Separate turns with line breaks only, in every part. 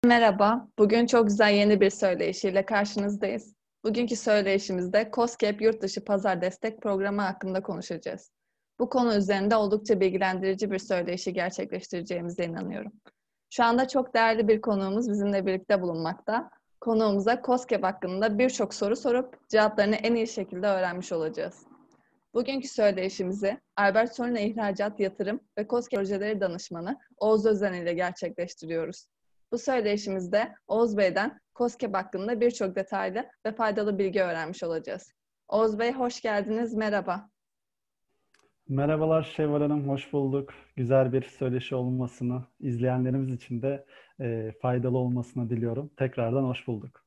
Merhaba, bugün çok güzel yeni bir söyleyişiyle karşınızdayız. Bugünkü söyleyişimizde KOSGEB Yurtdışı Pazar Destek Programı hakkında konuşacağız. Bu konu üzerinde oldukça bilgilendirici bir söyleyişi gerçekleştireceğimize inanıyorum. Şu anda çok değerli bir konuğumuz bizimle birlikte bulunmakta. Konuğumuza KOSGEB hakkında birçok soru sorup cevaplarını en iyi şekilde öğrenmiş olacağız. Bugünkü söyleyişimizi Albert Sorina İhracat Yatırım ve KOSGEB Projeleri Danışmanı Oğuz Özen ile gerçekleştiriyoruz. Bu söyleyişimizde Oğuz Bey'den KOSGEB hakkında birçok detaylı ve faydalı bilgi öğrenmiş olacağız. Oğuz Bey hoş geldiniz, merhaba.
Merhabalar Şevval Hanım, hoş bulduk. Güzel bir söyleşi olmasını, izleyenlerimiz için de faydalı olmasını diliyorum. Tekrardan hoş bulduk.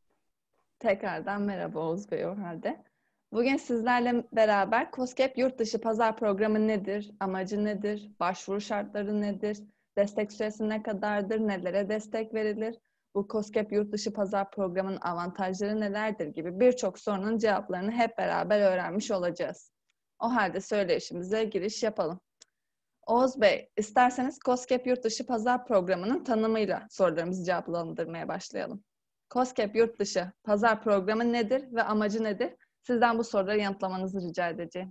Tekrardan merhaba Oğuz Bey o halde. Bugün sizlerle beraber KOSGEB Yurtdışı Pazar Programı nedir, amacı nedir, başvuru şartları nedir, destek süresi ne kadardır, nelere destek verilir, bu KOSGEB Yurtdışı Pazar Programı'nın avantajları nelerdir gibi birçok sorunun cevaplarını hep beraber öğrenmiş olacağız. O halde söyleyişimize giriş yapalım. Oğuz Bey, isterseniz KOSGEB Yurtdışı Pazar Programı'nın tanımıyla sorularımızı cevaplandırmaya başlayalım. KOSGEB Yurtdışı Pazar Programı nedir ve amacı nedir? Sizden bu soruları yanıtlamanızı rica edeceğim.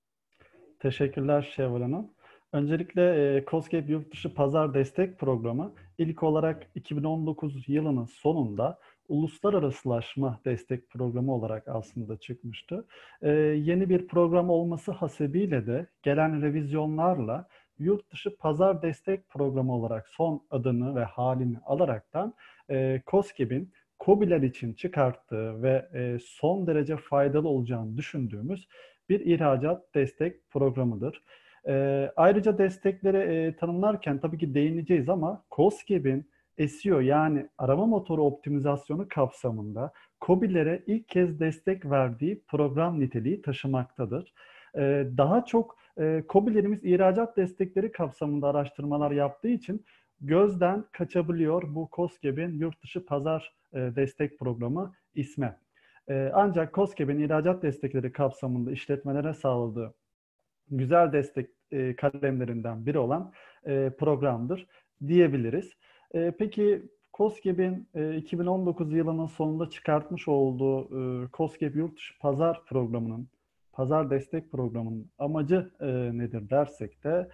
Teşekkürler Şevval Hanım. Öncelikle KOSGEB Yurtdışı Pazar Destek Programı ilk olarak 2019 yılının sonunda uluslararasılaşma destek programı olarak aslında çıkmıştı. Yeni bir program olması hasebiyle de gelen revizyonlarla Yurtdışı Pazar Destek Programı olarak son adını ve halini alaraktan KOSGEB'in KOBİ'ler için çıkarttığı ve son derece faydalı olacağını düşündüğümüz bir ihracat destek programıdır. Ayrıca destekleri tanımlarken tabii ki değineceğiz ama KOSGEB'in SEO yani arama motoru optimizasyonu kapsamında KOBİ'lere ilk kez destek verdiği program niteliği taşımaktadır. Daha çok KOBİ'lerimiz ihracat destekleri kapsamında araştırmalar yaptığı için gözden kaçabiliyor bu KOSGEB'in yurt dışı pazar destek programı ismi. Ancak KOSGEB'in ihracat destekleri kapsamında işletmelere sağladığı güzel destek kalemlerinden biri olan programdır diyebiliriz. Peki KOSGEB'in 2019 yılının sonunda çıkartmış olduğu KOSGEB Yurtdışı Pazar Programı'nın, Pazar Destek Programı'nın amacı nedir dersek de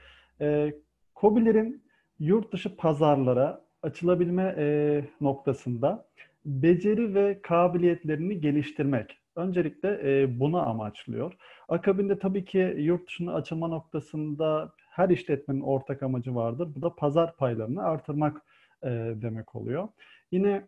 KOBİ'lerin yurt dışı pazarlara açılabilme noktasında beceri ve kabiliyetlerini geliştirmek. Öncelikle bunu amaçlıyor. Akabinde tabii ki yurt dışına açılma noktasında her işletmenin ortak amacı vardır. Bu da pazar paylarını artırmak demek oluyor. Yine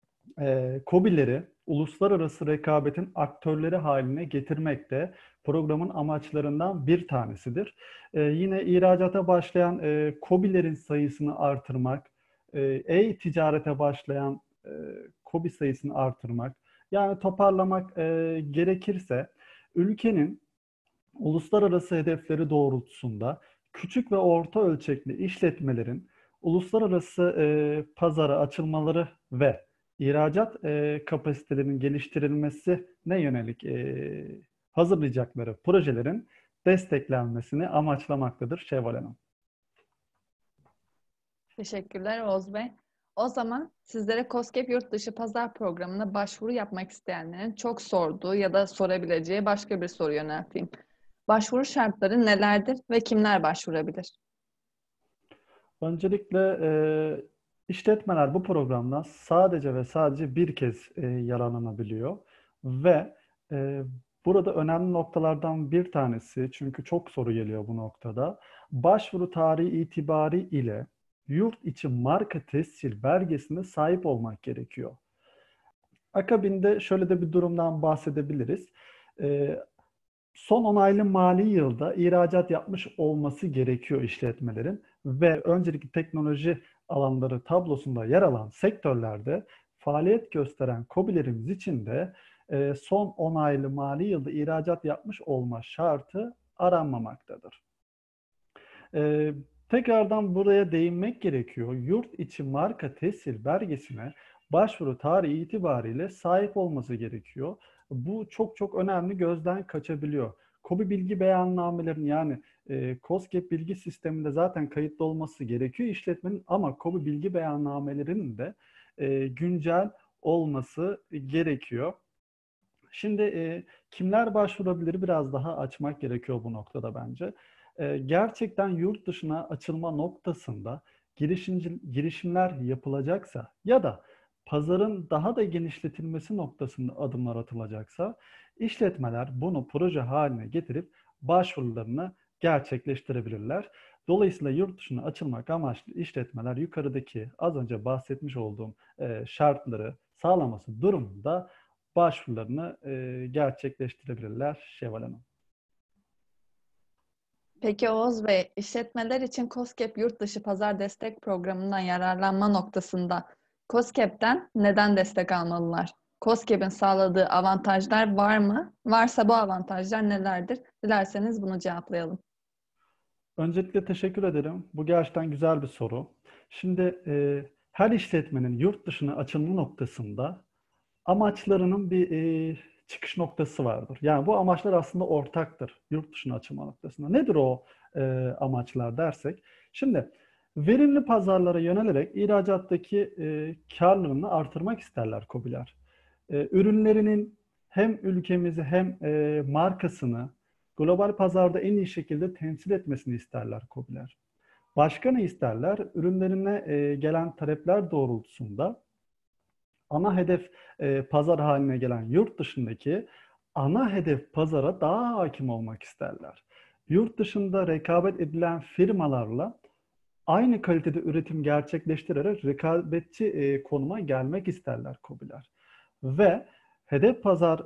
KOBİ'leri uluslararası rekabetin aktörleri haline getirmek de programın amaçlarından bir tanesidir. Yine ihracata başlayan KOBİ'lerin sayısını artırmak, e-ticarete başlayan KOBİ sayısını artırmak, yani toparlamak gerekirse ülkenin uluslararası hedefleri doğrultusunda küçük ve orta ölçekli işletmelerin uluslararası pazara açılmaları ve ihracat kapasitelerinin geliştirilmesine yönelik hazırlayacakları projelerin desteklenmesini amaçlamaktadır Şevval Hanım.
Teşekkürler Oğuz Bey. O zaman sizlere KOSGEB Yurtdışı Pazar Programı'na başvuru yapmak isteyenlerin çok sorduğu ya da sorabileceği başka bir soru yönelteyim. Başvuru şartları nelerdir ve kimler başvurabilir?
Öncelikle işletmeler bu programdan sadece ve sadece bir kez yararlanabiliyor ve e, burada önemli noktalardan bir tanesi, çünkü çok soru geliyor bu noktada, başvuru tarihi itibari ile yurt içi marka tescil belgesine sahip olmak gerekiyor. Akabinde şöyle de bir durumdan bahsedebiliriz. E, Son onaylı mali yılda ihracat yapmış olması gerekiyor işletmelerin ve öncelikli teknoloji alanları tablosunda yer alan sektörlerde faaliyet gösteren KOBİ'lerimiz için de son onaylı mali yılda ihracat yapmış olma şartı aranmamaktadır. E, Tekrardan buraya değinmek gerekiyor. Yurt içi marka tescil belgesine başvuru tarihi itibariyle sahip olması gerekiyor. Bu çok çok önemli, gözden kaçabiliyor. KOBİ bilgi beyannamelerini, yani KOSGEB bilgi sisteminde zaten kayıtlı olması gerekiyor işletmenin ama KOBİ bilgi beyannamelerinin de güncel olması gerekiyor. Şimdi kimler başvurabilir biraz daha açmak gerekiyor bu noktada bence. Gerçekten yurt dışına açılma noktasında girişimler yapılacaksa ya da pazarın daha da genişletilmesi noktasında adımlar atılacaksa işletmeler bunu proje haline getirip başvurularını gerçekleştirebilirler. Dolayısıyla yurt dışına açılmak amaçlı işletmeler yukarıdaki az önce bahsetmiş olduğum şartları sağlaması durumunda başvurularını gerçekleştirebilirler Şevval Hanım.
Peki Oğuz Bey, işletmeler için KOSGEB Yurtdışı Pazar Destek Programı'ndan yararlanma noktasında KOSGEB'den neden destek almalılar? KOSGEB'in sağladığı avantajlar var mı? Varsa bu avantajlar nelerdir? Dilerseniz bunu cevaplayalım.
Öncelikle teşekkür ederim. Bu gerçekten güzel bir soru. Şimdi her işletmenin yurt dışına açılma noktasında amaçlarının bir çıkış noktası vardır. Yani bu amaçlar aslında ortaktır yurt dışına açılma noktasında. Nedir o amaçlar dersek? Şimdi verimli pazarlara yönelerek ihracattaki karlılığını artırmak isterler KOBİ'ler. Ürünlerinin hem ülkemizi hem markasını global pazarda en iyi şekilde temsil etmesini isterler KOBİ'ler. Başka ne isterler? Ürünlerine gelen talepler doğrultusunda ana hedef pazar haline gelen yurt dışındaki ana hedef pazara daha hakim olmak isterler. Yurt dışında rekabet edilen firmalarla aynı kalitede üretim gerçekleştirerek rekabetçi konuma gelmek isterler KOBİ'ler. Ve hedef pazar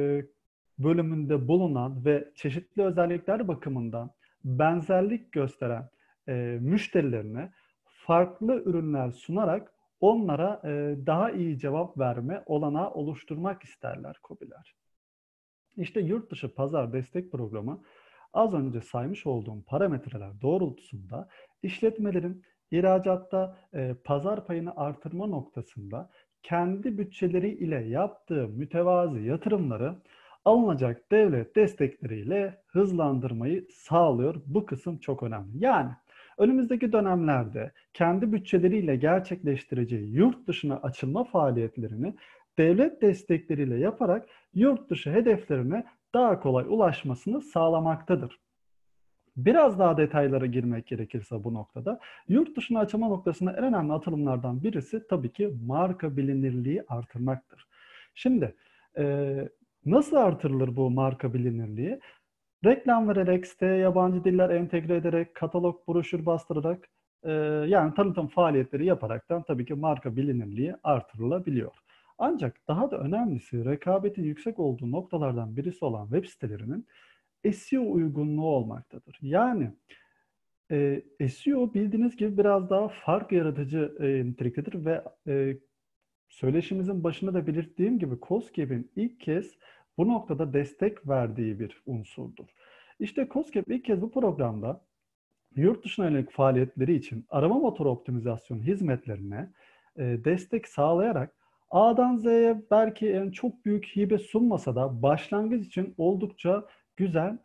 bölümünde bulunan ve çeşitli özellikler bakımından benzerlik gösteren müşterilerine farklı ürünler sunarak onlara daha iyi cevap verme olanağı oluşturmak isterler KOBİ'ler. İşte yurt dışı pazar destek programı az önce saymış olduğum parametreler doğrultusunda işletmelerin ihracatta pazar payını artırma noktasında kendi bütçeleri ile yaptığı mütevazi yatırımları alınacak devlet destekleriyle hızlandırmayı sağlıyor. Bu kısım çok önemli. Yani önümüzdeki dönemlerde kendi bütçeleriyle gerçekleştireceği yurt dışına açılma faaliyetlerini devlet destekleriyle yaparak yurt dışı hedeflerine daha kolay ulaşmasını sağlamaktadır. Biraz daha detaylara girmek gerekirse bu noktada, yurt dışına açılma noktasında en önemli atılımlardan birisi tabii ki marka bilinirliği artırmaktır. Şimdi nasıl artırılır bu marka bilinirliği? Reklam vererek, siteye yabancı diller entegre ederek, katalog, broşür bastırarak, yani tanıtım faaliyetleri yaparaktan tabii ki marka bilinirliği artırılabiliyor. Ancak daha da önemlisi rekabetin yüksek olduğu noktalardan birisi olan web sitelerinin SEO uygunluğu olmaktadır. Yani SEO bildiğiniz gibi biraz daha fark yaratıcı niteliktedir ve söyleşimizin başında da belirttiğim gibi KOSGEB'in ilk kez bu noktada destek verdiği bir unsurdur. İşte KOSGEB ilk kez bu programda yurt dışına yönelik faaliyetleri için arama motoru optimizasyon hizmetlerine destek sağlayarak A'dan Z'ye belki çok büyük hibe sunmasa da başlangıç için oldukça güzel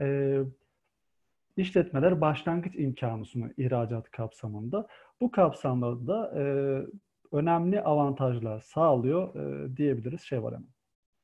işletmeler başlangıç imkanı sunuyor ihracat kapsamında. Bu kapsamda da önemli avantajlar sağlıyor diyebiliriz Şevval Hanım.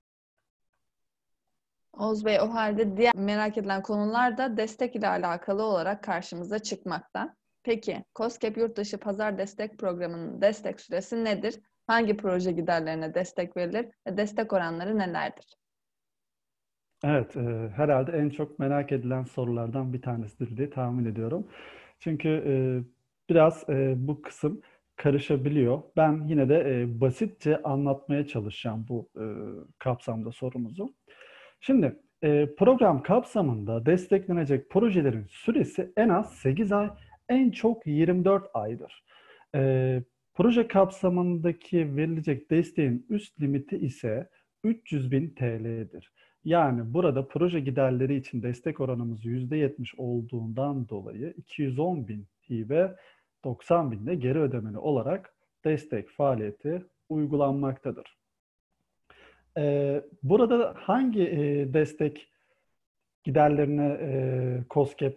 Oğuz Bey, o halde diğer merak edilen konular da destek ile alakalı olarak karşımıza çıkmakta. Peki, KOSGEB Yurtdışı Pazar Destek Programı'nın destek süresi nedir? Hangi proje giderlerine destek verilir ve destek oranları nelerdir?
Evet, herhalde en çok merak edilen sorulardan bir tanesidir diye tahmin ediyorum. Çünkü biraz bu kısım karışabiliyor. Ben yine de basitçe anlatmaya çalışacağım bu kapsamda sorumuzu. Şimdi program kapsamında desteklenecek projelerin süresi en az 8 ay, en çok 24 aydır. Proje kapsamındaki verilecek desteğin üst limiti ise 300.000 TL'dir. Yani burada proje giderleri için destek oranımız %70 olduğundan dolayı 210.000 hibe, 90.000 de geri ödemeli olarak destek faaliyeti uygulanmaktadır. Burada hangi destek giderlerine KOSGEB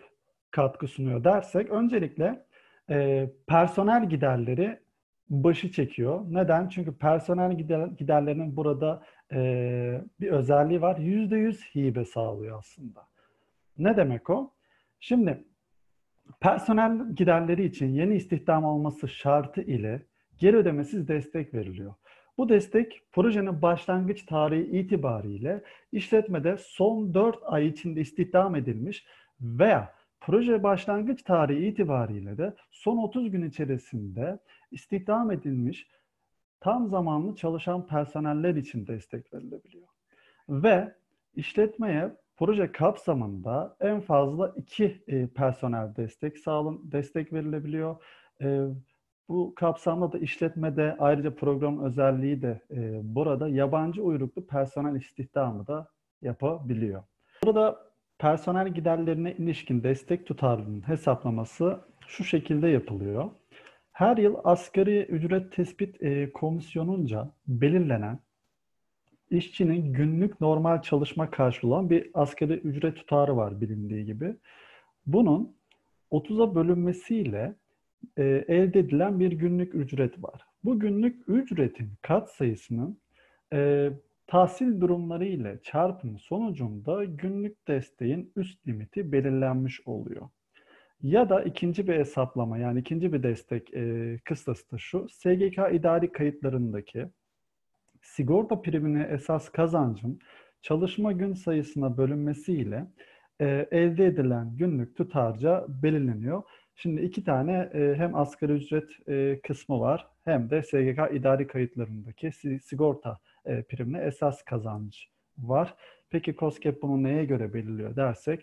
katkı sunuyor dersek öncelikle personel giderleri başı çekiyor. Neden? Çünkü personel giderlerinin burada bir özelliği var. %100 hibe sağlıyor aslında. Ne demek o? Şimdi personel giderleri için yeni istihdam olması şartı ile geri ödemesiz destek veriliyor. Bu destek projenin başlangıç tarihi itibariyle işletmede son 4 ay içinde istihdam edilmiş veya proje başlangıç tarihi itibariyle de son 30 gün içerisinde istihdam edilmiş tam zamanlı çalışan personeller için destek verilebiliyor. Ve işletmeye proje kapsamında en fazla 2 personel destek verilebiliyor. Bu kapsamda da işletmede ayrıca program özelliği de burada yabancı uyruklu personel istihdamı da yapabiliyor. Burada personel giderlerine ilişkin destek tutarlılığının hesaplaması şu şekilde yapılıyor. Her yıl asgari ücret tespit komisyonunca belirlenen İşçinin günlük normal çalışma karşılığı olan bir asgari ücret tutarı var bilindiği gibi. Bunun 30'a bölünmesiyle elde edilen bir günlük ücret var. Bu günlük ücretin katsayısının tahsil durumları ile çarpımı sonucunda günlük desteğin üst limiti belirlenmiş oluyor. Ya da ikinci bir hesaplama yani ikinci bir destek kıstası da şu. SGK idari kayıtlarındaki sigorta primine esas kazancın çalışma gün sayısına bölünmesiyle elde edilen günlük tutarca belirleniyor. Şimdi 2 tane hem asgari ücret kısmı var hem de SGK idari kayıtlarındaki sigorta primine esas kazanç var. Peki KOSGEB bunu neye göre belirliyor dersek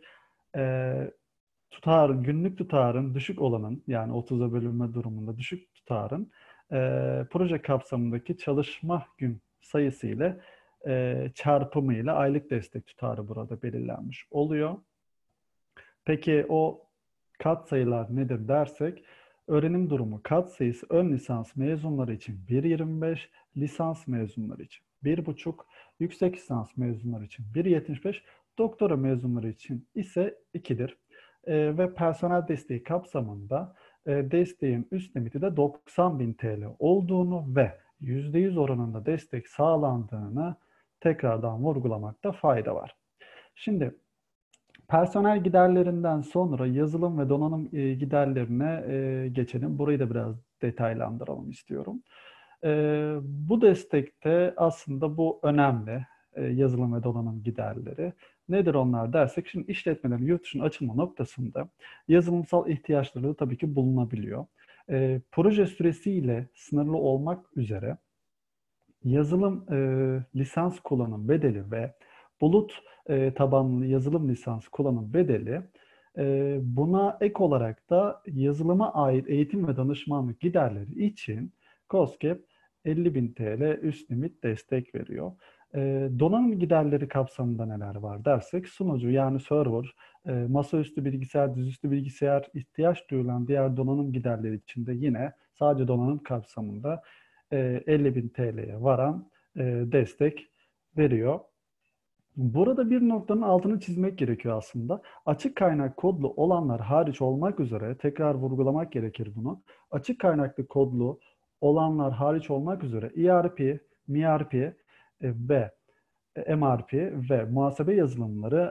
günlük tutarın düşük olanın yani 30'a bölünme durumunda düşük tutarın proje kapsamındaki çalışma gün sayısı ile çarpımı ile aylık destek tutarı burada belirlenmiş oluyor. Peki o katsayılar nedir dersek, öğrenim durumu katsayısı ön lisans mezunları için 1,25, lisans mezunları için 1,5, yüksek lisans mezunları için 1,75, doktora mezunları için ise 2'dir. Ve personel desteği kapsamında desteğin üst limiti de 90.000 TL olduğunu ve %100 oranında destek sağlandığını tekrardan vurgulamakta fayda var. Şimdi personel giderlerinden sonra yazılım ve donanım giderlerine geçelim. Burayı da biraz detaylandıralım istiyorum. Bu destekte aslında bu önemli yazılım ve donanım giderleri. Nedir onlar dersek, şimdi işletmelerin yurt dışına açılma noktasında yazılımsal ihtiyaçları da tabii ki bulunabiliyor. Proje süresiyle sınırlı olmak üzere yazılım lisans kullanım bedeli ve bulut tabanlı yazılım lisans kullanım bedeli, buna ek olarak da yazılıma ait eğitim ve danışmanlık giderleri için KOSGEB 50.000 TL üst limit destek veriyor. Donanım giderleri kapsamında neler var dersek, sunucu yani server, masaüstü bilgisayar, dizüstü bilgisayar, ihtiyaç duyulan diğer donanım giderleri için de yine sadece donanım kapsamında 50.000 TL'ye varan destek veriyor. Burada bir noktanın altını çizmek gerekiyor aslında. Açık kaynak kodlu olanlar hariç olmak üzere, tekrar vurgulamak gerekir bunu. Açık kaynaklı kodlu olanlar hariç olmak üzere ERP, MRP ve MRP ve muhasebe yazılımları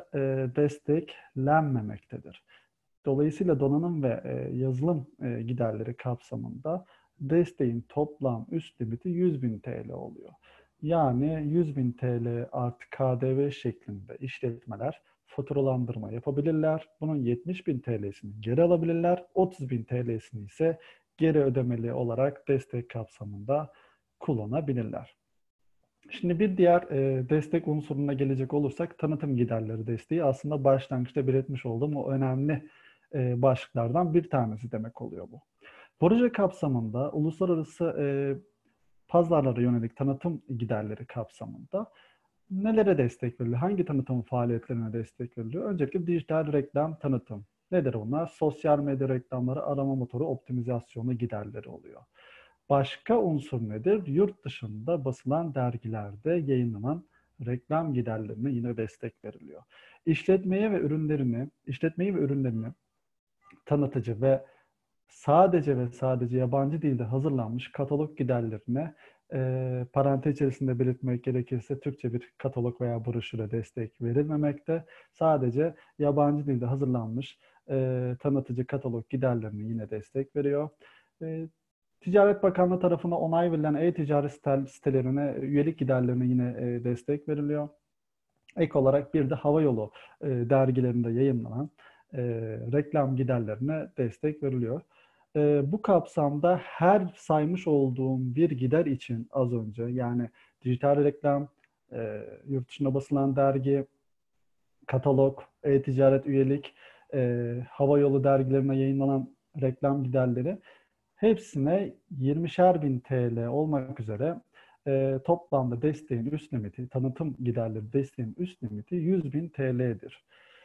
desteklenmemektedir. Dolayısıyla donanım ve yazılım giderleri kapsamında desteğin toplam üst limiti 100.000 TL oluyor. Yani 100.000 TL artı KDV şeklinde işletmeler faturalandırma yapabilirler. Bunun 70.000 TL'sini geri alabilirler. 30.000 TL'sini ise geri ödemeli olarak destek kapsamında kullanabilirler. Şimdi bir diğer destek unsuruna gelecek olursak, tanıtım giderleri desteği aslında başlangıçta belirtmiş olduğum o önemli başlıklardan bir tanesi demek oluyor bu. Proje kapsamında uluslararası pazarlara yönelik tanıtım giderleri kapsamında nelere destek veriliyor? Hangi tanıtım faaliyetlerine destek veriliyor? Öncelikle dijital reklam tanıtım. Nedir onlar? Sosyal medya reklamları, arama motoru optimizasyonu giderleri oluyor. Başka unsur nedir? Yurt dışında basılan dergilerde yayınlanan reklam giderlerine yine destek veriliyor. İşletmeyi ve ürünlerini tanıtıcı ve sadece yabancı dilde hazırlanmış katalog giderlerine parantez içerisinde belirtmek gerekirse Türkçe bir katalog veya broşüre destek verilmemekte. Sadece yabancı dilde hazırlanmış tanıtıcı katalog giderlerine yine destek veriyor. E, Ticaret Bakanlığı tarafından onay verilen e-ticaret sitelerine üyelik giderlerine yine destek veriliyor. Ek olarak bir de havayolu dergilerinde yayınlanan reklam giderlerine destek veriliyor. Bu kapsamda her saymış olduğum bir gider için az önce yani dijital reklam, yurt dışında basılan dergi, katalog, e-ticaret üyelik, havayolu dergilerine yayınlanan reklam giderleri hepsine 20'şer bin TL olmak üzere toplamda desteğin üst limiti, tanıtım giderleri desteğin üst limiti 100 bin TL'dir.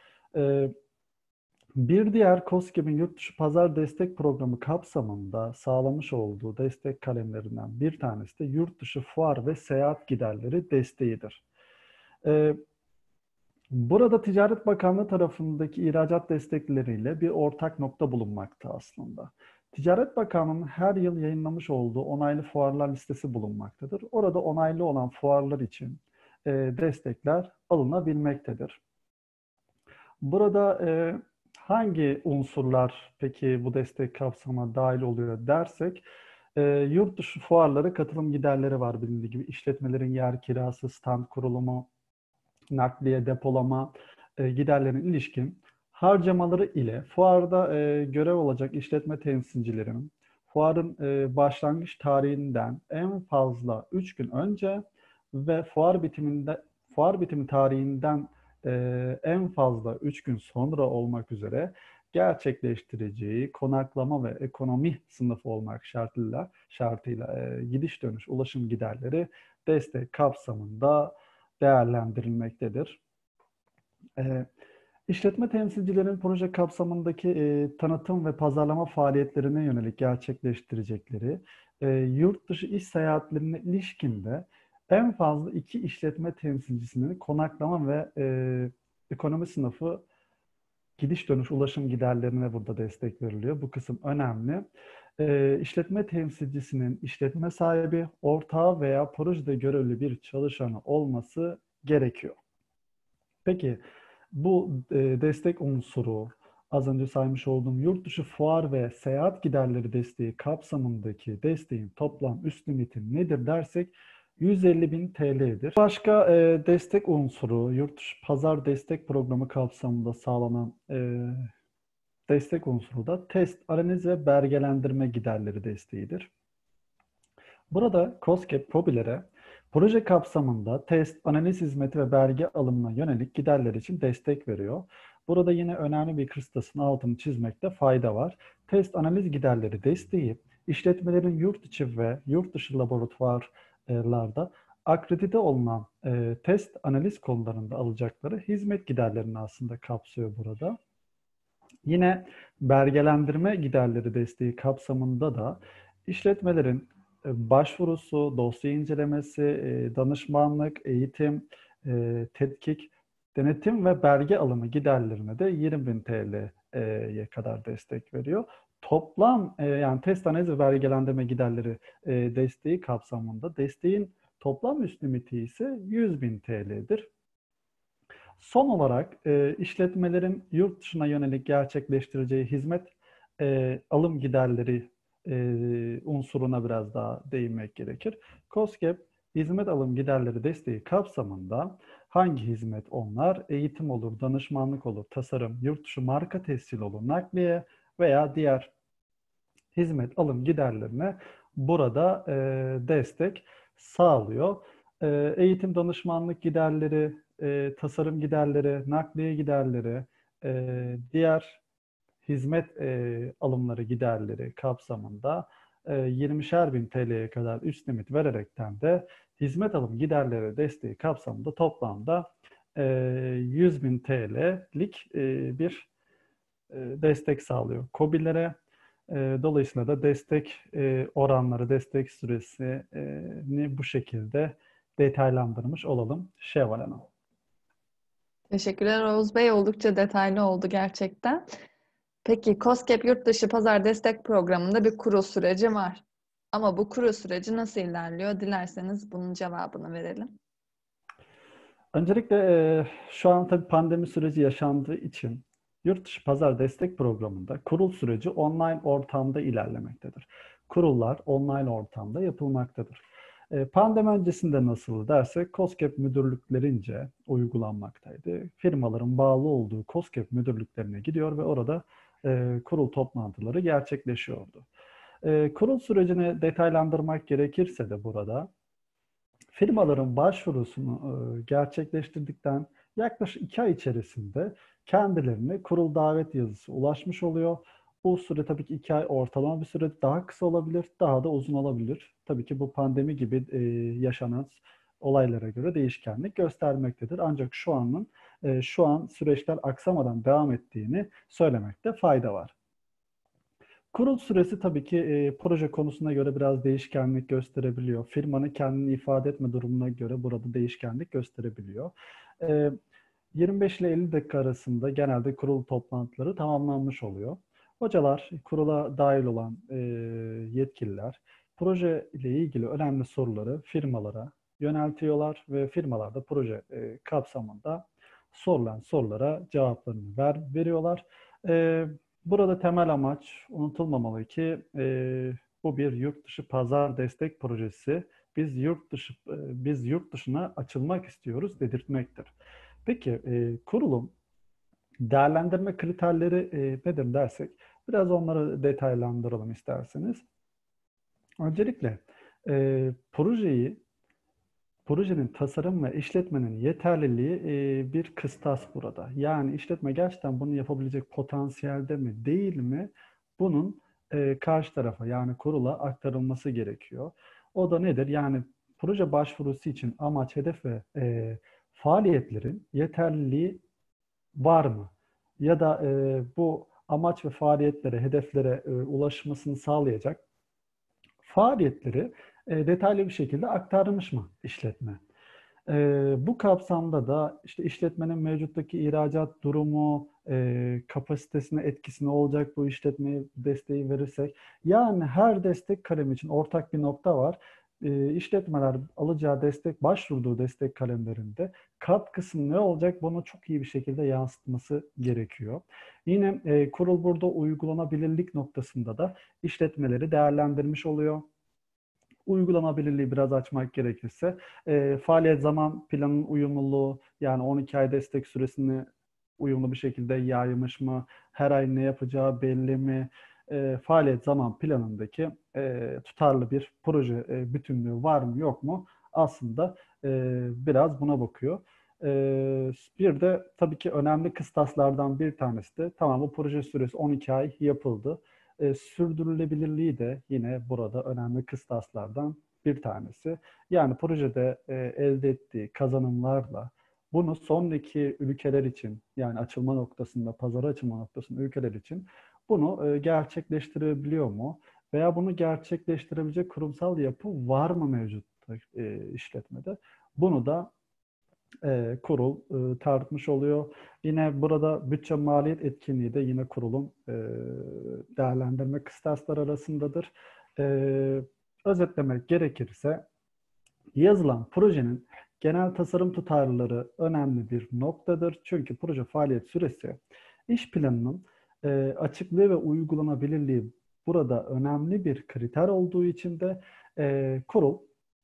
Bir diğer KOSGEB'in yurt dışı pazar destek programı kapsamında sağlamış olduğu destek kalemlerinden bir tanesi de yurt dışı fuar ve seyahat giderleri desteğidir. Burada Ticaret Bakanlığı tarafındaki ihracat destekleriyle bir ortak nokta bulunmakta aslında. Ticaret Bakanlığı'nın her yıl yayınlamış olduğu onaylı fuarlar listesi bulunmaktadır. Orada onaylı olan fuarlar için destekler alınabilmektedir. Burada hangi unsurlar peki bu destek kapsamına dahil oluyor dersek, yurt dışı fuarları katılım giderleri var bilindiği gibi. İşletmelerin yer kirası, stand kurulumu, nakliye, depolama giderlerine ilişkin harcamaları ile fuarda görev alacak işletme temsilcilerinin fuarın başlangıç tarihinden en fazla 3 gün önce ve fuar bitimi tarihinden en fazla 3 gün sonra olmak üzere gerçekleştireceği konaklama ve ekonomi sınıfı olmak şartıyla gidiş dönüş ulaşım giderleri destek kapsamında değerlendirilmektedir. İşletme temsilcilerin proje kapsamındaki tanıtım ve pazarlama faaliyetlerine yönelik gerçekleştirecekleri yurt dışı iş seyahatlerine ilişkin de en fazla 2 işletme temsilcisinin konaklama ve ekonomi sınıfı gidiş dönüş ulaşım giderlerine burada destek veriliyor. Bu kısım önemli. İşletme temsilcisinin işletme sahibi, ortağı veya projede görevli bir çalışanı olması gerekiyor. Peki bu destek unsuru az önce saymış olduğum yurt dışı fuar ve seyahat giderleri desteği kapsamındaki desteğin toplam üst limiti nedir dersek 150 bin TL'dir. Başka destek unsuru yurt dışı pazar destek programı kapsamında sağlanan destek unsuru da test, analiz ve belgelendirme giderleri desteğidir. Burada KOSGEB KOBİ'lere proje kapsamında test, analiz hizmeti ve belge alımına yönelik giderler için destek veriyor. Burada yine önemli bir kıstasın altını çizmekte fayda var. Test, analiz giderleri desteği, işletmelerin yurt içi ve yurt dışı laboratuvarlarda akredite olunan test, analiz konularında alacakları hizmet giderlerini aslında kapsıyor burada. Yine belgelendirme giderleri desteği kapsamında da işletmelerin başvurusu, dosya incelemesi, danışmanlık, eğitim, tetkik, denetim ve belge alımı giderlerine de 20 bin TL'ye kadar destek veriyor. Toplam yani test analiz ve belgelendirme giderleri desteği kapsamında desteğin toplam üst limiti ise 100 bin TL'dir. Son olarak işletmelerin yurt dışına yönelik gerçekleştireceği hizmet alım giderleri unsuruna biraz daha değinmek gerekir. KOSGEB hizmet alım giderleri desteği kapsamında hangi hizmet onlar? Eğitim olur, danışmanlık olur, tasarım, yurt dışı marka tescili olur, nakliye veya diğer hizmet alım giderlerine burada destek sağlıyor. Eğitim danışmanlık giderleri, tasarım giderleri, nakliye giderleri, diğer hizmet alımları giderleri kapsamında 20'şer bin TL'ye kadar üst limit vererekten de hizmet alım giderleri desteği kapsamında toplamda 100 bin TL'lik bir destek sağlıyor KOBİ'lere. Dolayısıyla da destek oranları, destek süresini bu şekilde detaylandırmış olalım Şevval Hanım.
Teşekkürler Oğuz Bey. Oldukça detaylı oldu gerçekten. Peki KOSGEB Yurtdışı Pazar Destek Programı'nda bir kurul süreci var. Ama bu kurul süreci nasıl ilerliyor? Dilerseniz bunun cevabını verelim.
Öncelikle şu an tabii pandemi süreci yaşandığı için Yurtdışı Pazar Destek Programı'nda kurul süreci online ortamda ilerlemektedir. Kurullar online ortamda yapılmaktadır. Pandemi öncesinde nasıl dersek KOSGEB müdürlüklerince uygulanmaktaydı. Firmaların bağlı olduğu KOSGEB müdürlüklerine gidiyor ve orada kurul toplantıları gerçekleşiyordu. Kurul sürecini detaylandırmak gerekirse de burada firmaların başvurusunu gerçekleştirdikten yaklaşık 2 ay içerisinde kendilerine kurul davet yazısı ulaşmış oluyor. Bu süre tabii ki 2 ay ortalama bir süre, daha kısa olabilir, daha da uzun olabilir. Tabii ki bu pandemi gibi yaşanan olaylara göre değişkenlik göstermektedir. Ancak şu an süreçler aksamadan devam ettiğini söylemekte fayda var. Kurul süresi tabii ki proje konusuna göre biraz değişkenlik gösterebiliyor. Firmanın kendini ifade etme durumuna göre burada değişkenlik gösterebiliyor. E, 25 ile 50 dakika arasında genelde kurul toplantıları tamamlanmış oluyor. Hocalar, kurula dahil olan yetkililer, proje ile ilgili önemli soruları firmalara yöneltiyorlar ve firmalar da proje kapsamında sorulan sorulara cevaplarını veriyorlar. E, Burada temel amaç unutulmamalı ki bu bir yurt dışı pazar destek projesi. Biz yurt dışına açılmak istiyoruz dedirtmektir. Peki kurulum değerlendirme kriterleri nedir dersek biraz onları detaylandıralım isterseniz. Öncelikle projenin tasarım ve işletmenin yeterliliği bir kıstas burada. Yani işletme gerçekten bunu yapabilecek potansiyelde mi, değil mi? Bunun karşı tarafa yani kurula aktarılması gerekiyor. O da nedir? Yani proje başvurusu için amaç, hedef ve faaliyetlerin yeterliliği var mı? Ya da bu amaç ve faaliyetlere, hedeflere ulaşmasını sağlayacak faaliyetleri detaylı bir şekilde aktarmış mı işletme? Bu kapsamda da işte işletmenin mevcuttaki ihracat durumu, kapasitesine etkisi ne olacak bu işletmeye desteği verirsek. Yani her destek kalemi için ortak bir nokta var. İşletmeler alacağı destek, başvurduğu destek kalemlerinde katkısı ne olacak bunu çok iyi bir şekilde yansıtması gerekiyor. Yine kurul burada uygulanabilirlik noktasında da işletmeleri değerlendirmiş oluyor. Uygulanabilirliği biraz açmak gerekirse faaliyet zaman planının uyumluluğu yani 12 ay destek süresini uyumlu bir şekilde yaymış mı? Her ay ne yapacağı belli mi? Faaliyet zaman planındaki tutarlı bir proje bütünlüğü var mı yok mu? Aslında biraz buna bakıyor. Bir de tabii ki önemli kıstaslardan bir tanesi de tamam bu proje süresi 12 ay yapıldı. Sürdürülebilirliği de yine burada önemli kıstaslardan bir tanesi. Yani projede elde ettiği kazanımlarla bunu sonraki ülkeler için yani açılma noktasında, pazara açılma noktasında ülkeler için bunu gerçekleştirebiliyor mu? Veya bunu gerçekleştirebilecek kurumsal yapı var mı mevcut işletmede? Bunu da kurul tartmış oluyor. Yine burada bütçe maliyet etkinliği de yine kurulun değerlendirme kıstasları arasındadır. Özetlemek gerekirse yazılan projenin genel tasarım tutarlılığı önemli bir noktadır. Çünkü proje faaliyet süresi iş planının açıklığı ve uygulanabilirliği burada önemli bir kriter olduğu için de kurul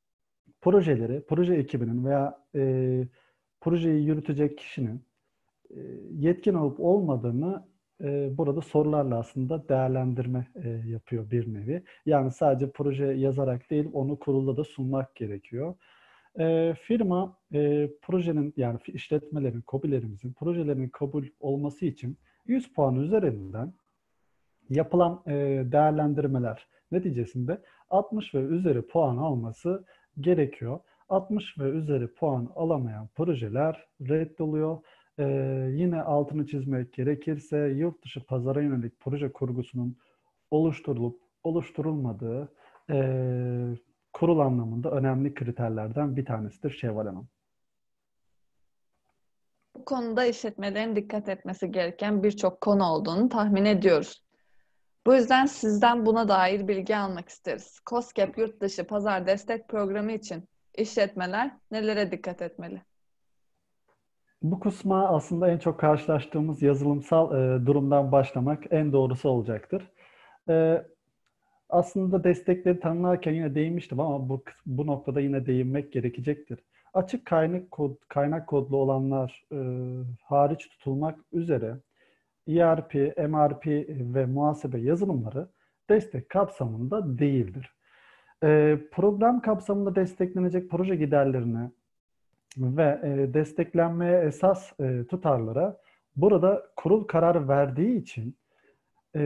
proje ekibinin veya projeyi yürütecek kişinin yetkin olup olmadığını burada sorularla aslında değerlendirme yapıyor bir nevi. Yani sadece proje yazarak değil, onu kurulda da sunmak gerekiyor. Firma projenin yani işletmelerin, KOBİ'lerimizin projelerinin kabul olması için 100 puan üzerinden yapılan değerlendirmeler neticesinde 60 ve üzeri puan alması gerekiyor. 60 ve üzeri puan alamayan projeler reddoluyor. Yine altını çizmek gerekirse yurt dışı pazara yönelik proje kurgusunun oluşturulup oluşturulmadığı kurul anlamında önemli kriterlerden bir tanesidir Şevval Hanım.
Bu konuda işletmelerin dikkat etmesi gereken birçok konu olduğunu tahmin ediyoruz. Bu yüzden sizden buna dair bilgi almak isteriz. KOSGEB Yurtdışı Pazar Destek Programı için işletmeler nelere dikkat etmeli?
Bu kısma aslında en çok karşılaştığımız yazılımsal durumdan başlamak en doğrusu olacaktır. E, Aslında destekleri tanımlarken yine değinmiştim ama bu noktada yine değinmek gerekecektir. Açık kaynak kodlu olanlar hariç tutulmak üzere ERP, MRP ve muhasebe yazılımları destek kapsamında değildir. Program kapsamında desteklenecek proje giderlerini ve desteklenmeye esas tutarlara burada kurul karar verdiği için e,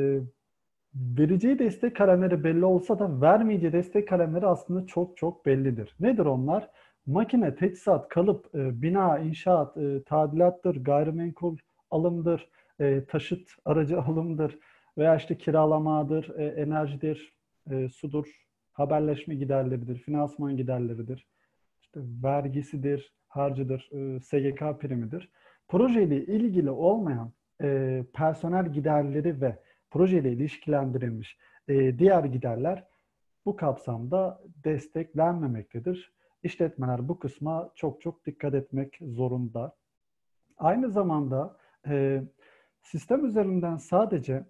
vereceği destek kalemleri belli olsa da vermeyeceği destek kalemleri aslında çok çok bellidir. Nedir onlar? Makine, teçhizat, kalıp, bina, inşaat, tadilattır, gayrimenkul alımdır, taşıt aracı alımdır veya işte kiralamadır, enerjidir, sudur, haberleşme giderleridir, finansman giderleridir, işte vergisidir, harcıdır, SGK primidir. Projeyle ilgili olmayan personel giderleri ve projeyle ilişkilendirilmiş diğer giderler bu kapsamda desteklenmemektedir. İşletmeler bu kısma çok çok dikkat etmek zorunda. Aynı zamanda sistem üzerinden sadece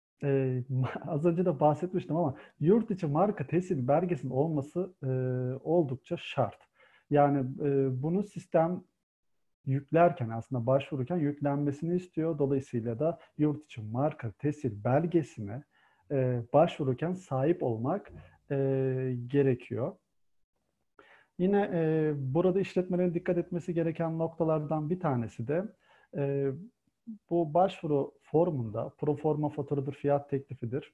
az önce de bahsetmiştim ama yurt içi marka tescil belgesinin olması oldukça şart. Yani bunu sistem yüklerken aslında başvururken yüklenmesini istiyor. Dolayısıyla da yurt içi marka tescil belgesine başvururken sahip olmak gerekiyor. Yine burada işletmelerin dikkat etmesi gereken noktalardan bir tanesi de bu başvuru formunda proforma faturadır, fiyat teklifidir.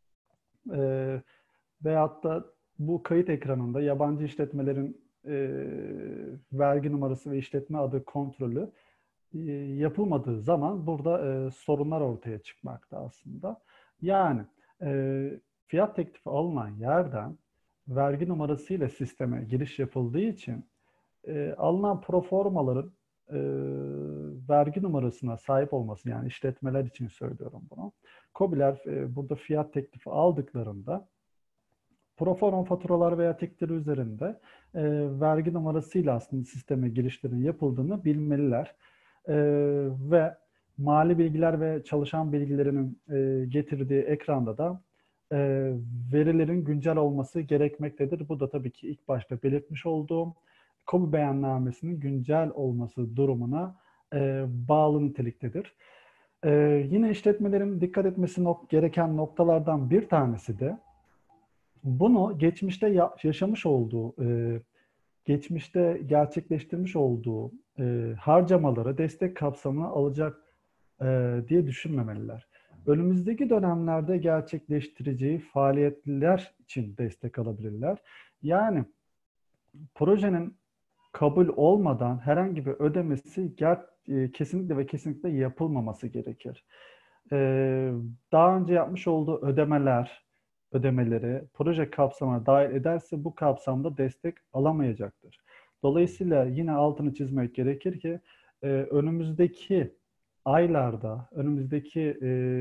Veyahut da bu kayıt ekranında yabancı işletmelerin vergi numarası ve işletme adı kontrolü yapılmadığı zaman burada sorunlar ortaya çıkmakta aslında. Yani fiyat teklifi alınan yerden vergi numarasıyla sisteme giriş yapıldığı için alınan proformaların vergi numarasına sahip olması, yani işletmeler için söylüyorum bunu. KOBİ'ler burada fiyat teklifi aldıklarında proforma faturalar veya tekleri üzerinde vergi numarasıyla aslında sisteme girişlerin yapıldığını bilmeliler. Ve mali bilgiler ve çalışan bilgilerinin getirdiği ekranda da verilerin güncel olması gerekmektedir. Bu da tabii ki ilk başta belirtmiş olduğum KOBİ beyannamesinin güncel olması durumuna bağlı niteliktedir. Yine işletmelerin dikkat etmesi gereken noktalardan bir tanesi de bunu geçmişte yaşamış olduğu, geçmişte gerçekleştirmiş olduğu harcamaları destek kapsamına alacak diye düşünmemeliler. Önümüzdeki dönemlerde gerçekleştireceği faaliyetler için destek alabilirler. Yani projenin kabul olmadan herhangi bir ödemesi kesinlikle ve kesinlikle yapılmaması gerekir. Daha önce yapmış olduğu ödemeleri proje kapsamına dahil ederse bu kapsamda destek alamayacaktır. Dolayısıyla yine altını çizmek gerekir ki önümüzdeki aylarda, önümüzdeki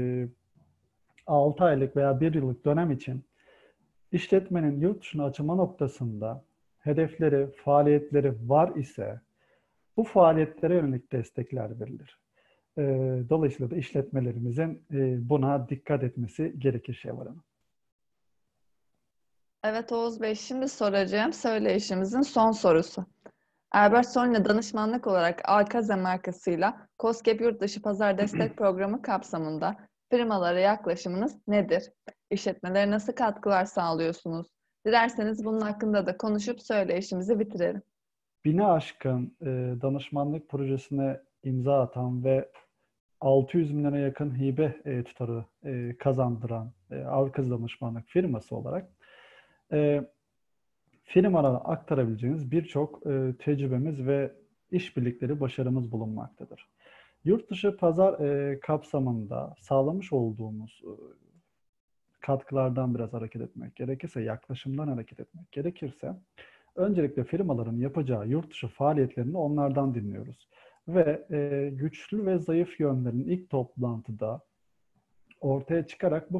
6 aylık veya 1 yıllık dönem için işletmenin yurt dışına açılma noktasında hedefleri, faaliyetleri var ise bu faaliyetlere yönelik destekler verilir. Dolayısıyla da işletmelerimizin buna dikkat etmesi gerekir Şevval Hanım.
Evet Oğuz Bey, şimdi soracağım söyleyişimizin son sorusu. Albert Solne danışmanlık olarak Alkaze markasıyla KOSGEB Yurtdışı Pazar Destek Programı kapsamında firmalara yaklaşımınız nedir? İşletmelere nasıl katkılar sağlıyorsunuz? Dilerseniz bunun hakkında da konuşup söyleyişimizi bitirelim.
1000'e aşkın danışmanlık projesine imza atan ve 600 bin lira yakın hibe tutarı kazandıran Alkaze danışmanlık firması olarak firmalara aktarabileceğiniz birçok tecrübemiz ve işbirlikleri, başarımız bulunmaktadır. Yurt dışı pazar kapsamında sağlamış olduğumuz katkılardan biraz hareket etmek gerekirse, yaklaşımdan hareket etmek gerekirse, öncelikle firmaların yapacağı yurt dışı faaliyetlerini onlardan dinliyoruz. ve güçlü ve zayıf yönlerin ilk toplantıda ortaya çıkarak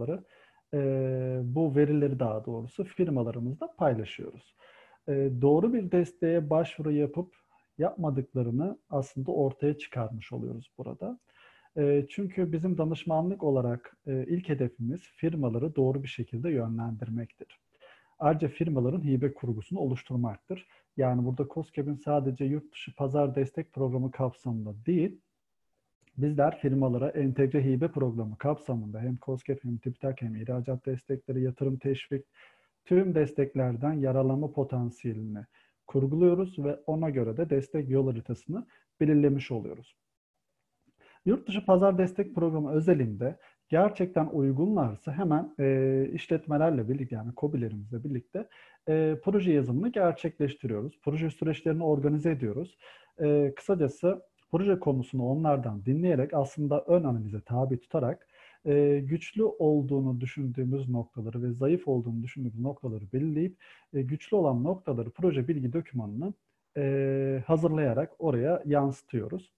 bu verileri daha doğrusu firmalarımızla paylaşıyoruz. Doğru bir desteğe başvuru yapıp yapmadıklarını aslında ortaya çıkarmış oluyoruz burada. Çünkü bizim danışmanlık olarak ilk hedefimiz firmaları doğru bir şekilde yönlendirmektir. Ayrıca firmaların hibe kurgusunu oluşturmaktır. Yani burada KOSGEB'in sadece yurt dışı pazar destek programı kapsamında değil, bizler firmalara entegre hibe programı kapsamında hem KOSGEB hem TÜBİTAK hem ihracat destekleri, yatırım teşvik, tüm desteklerden yararlanma potansiyelini kurguluyoruz ve ona göre de destek yol haritasını belirlemiş oluyoruz. Yurt dışı pazar destek programı özelinde gerçekten uygunlarsa hemen işletmelerle birlikte yani KOBİ'lerimizle birlikte proje yazımını gerçekleştiriyoruz. Proje süreçlerini organize ediyoruz. Kısacası proje konusunu onlardan dinleyerek aslında ön analize tabi tutarak güçlü olduğunu düşündüğümüz noktaları ve zayıf olduğunu düşündüğümüz noktaları belirleyip güçlü olan noktaları proje bilgi dokümanını hazırlayarak oraya yansıtıyoruz.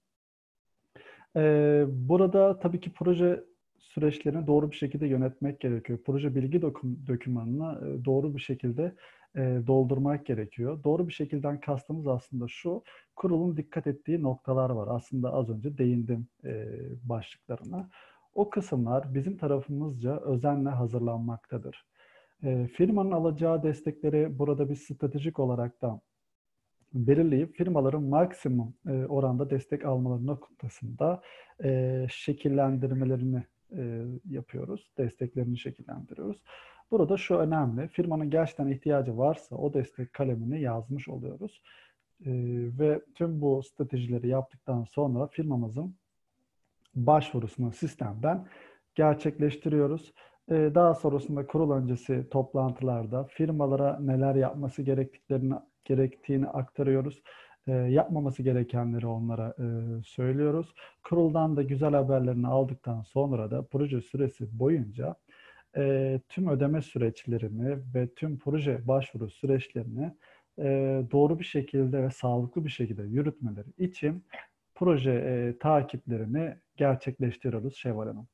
Burada tabii ki proje süreçlerini doğru bir şekilde yönetmek gerekiyor. Proje bilgi dokümanını doğru bir şekilde doldurmak gerekiyor. Doğru bir şekilden kastımız aslında şu, kurulun dikkat ettiği noktalar var. Aslında az önce değindim başlıklarına. O kısımlar bizim tarafımızca özenle hazırlanmaktadır. Firmanın alacağı destekleri burada bir stratejik olarak da belirleyip firmaların maksimum oranda destek almaları noktasında şekillendirmelerini yapıyoruz. Desteklerini şekillendiriyoruz. Burada şu önemli. Firmanın gerçekten ihtiyacı varsa o destek kalemini yazmış oluyoruz. Ve tüm bu stratejileri yaptıktan sonra firmamızın başvurusunu sistemden gerçekleştiriyoruz. Daha sonrasında kurul öncesi toplantılarda firmalara neler yapması gerektiğini aktarıyoruz. Yapmaması gerekenleri onlara söylüyoruz. Kuruldan da güzel haberlerini aldıktan sonra da proje süresi boyunca tüm ödeme süreçlerini ve tüm proje başvuru süreçlerini doğru bir şekilde ve sağlıklı bir şekilde yürütmeleri için proje takiplerini gerçekleştiriyoruz Şevval Hanım.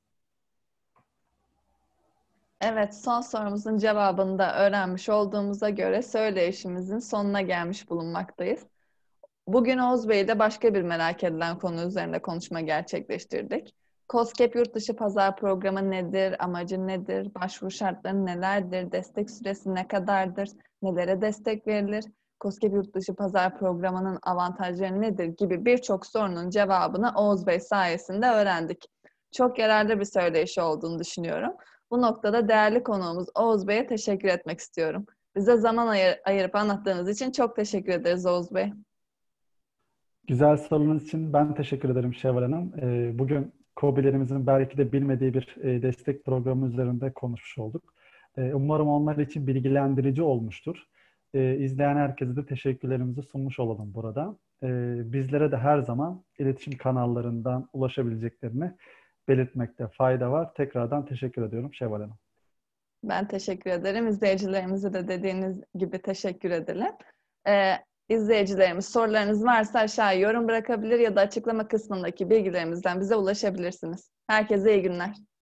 Evet, son sorumuzun cevabını da öğrenmiş olduğumuza göre söyleyişimizin sonuna gelmiş bulunmaktayız. Bugün Oğuz Bey ile başka bir merak edilen konu üzerinde konuşma gerçekleştirdik. KOSGEB yurt dışı pazar programı nedir, amacı nedir, başvuru şartları nelerdir, destek süresi ne kadardır, nelere destek verilir, KOSGEB yurt dışı pazar programının avantajları nedir gibi birçok sorunun cevabını Oğuz Bey sayesinde öğrendik. Çok yararlı bir söyleşi olduğunu düşünüyorum. Bu noktada değerli konuğumuz Oğuz Bey'e teşekkür etmek istiyorum. Bize zaman ayırıp anlattığınız için çok teşekkür ederiz Oğuz Bey.
Güzel sorunuz için ben teşekkür ederim Şevval Hanım. Bugün KOBİ'lerimizin belki de bilmediği bir destek programı üzerinde konuşmuş olduk. Umarım onlar için bilgilendirici olmuştur. İzleyen herkese de teşekkürlerimizi sunmuş olalım burada. Bizlere de her zaman iletişim kanallarından ulaşabileceklerini belirtmekte fayda var. Tekrardan teşekkür ediyorum Şevval Hanım.
Ben teşekkür ederim. İzleyicilerimize de dediğiniz gibi teşekkür edelim. İzleyicilerimiz sorularınız varsa aşağıya yorum bırakabilir ya da açıklama kısmındaki bilgilerimizden bize ulaşabilirsiniz. Herkese iyi günler.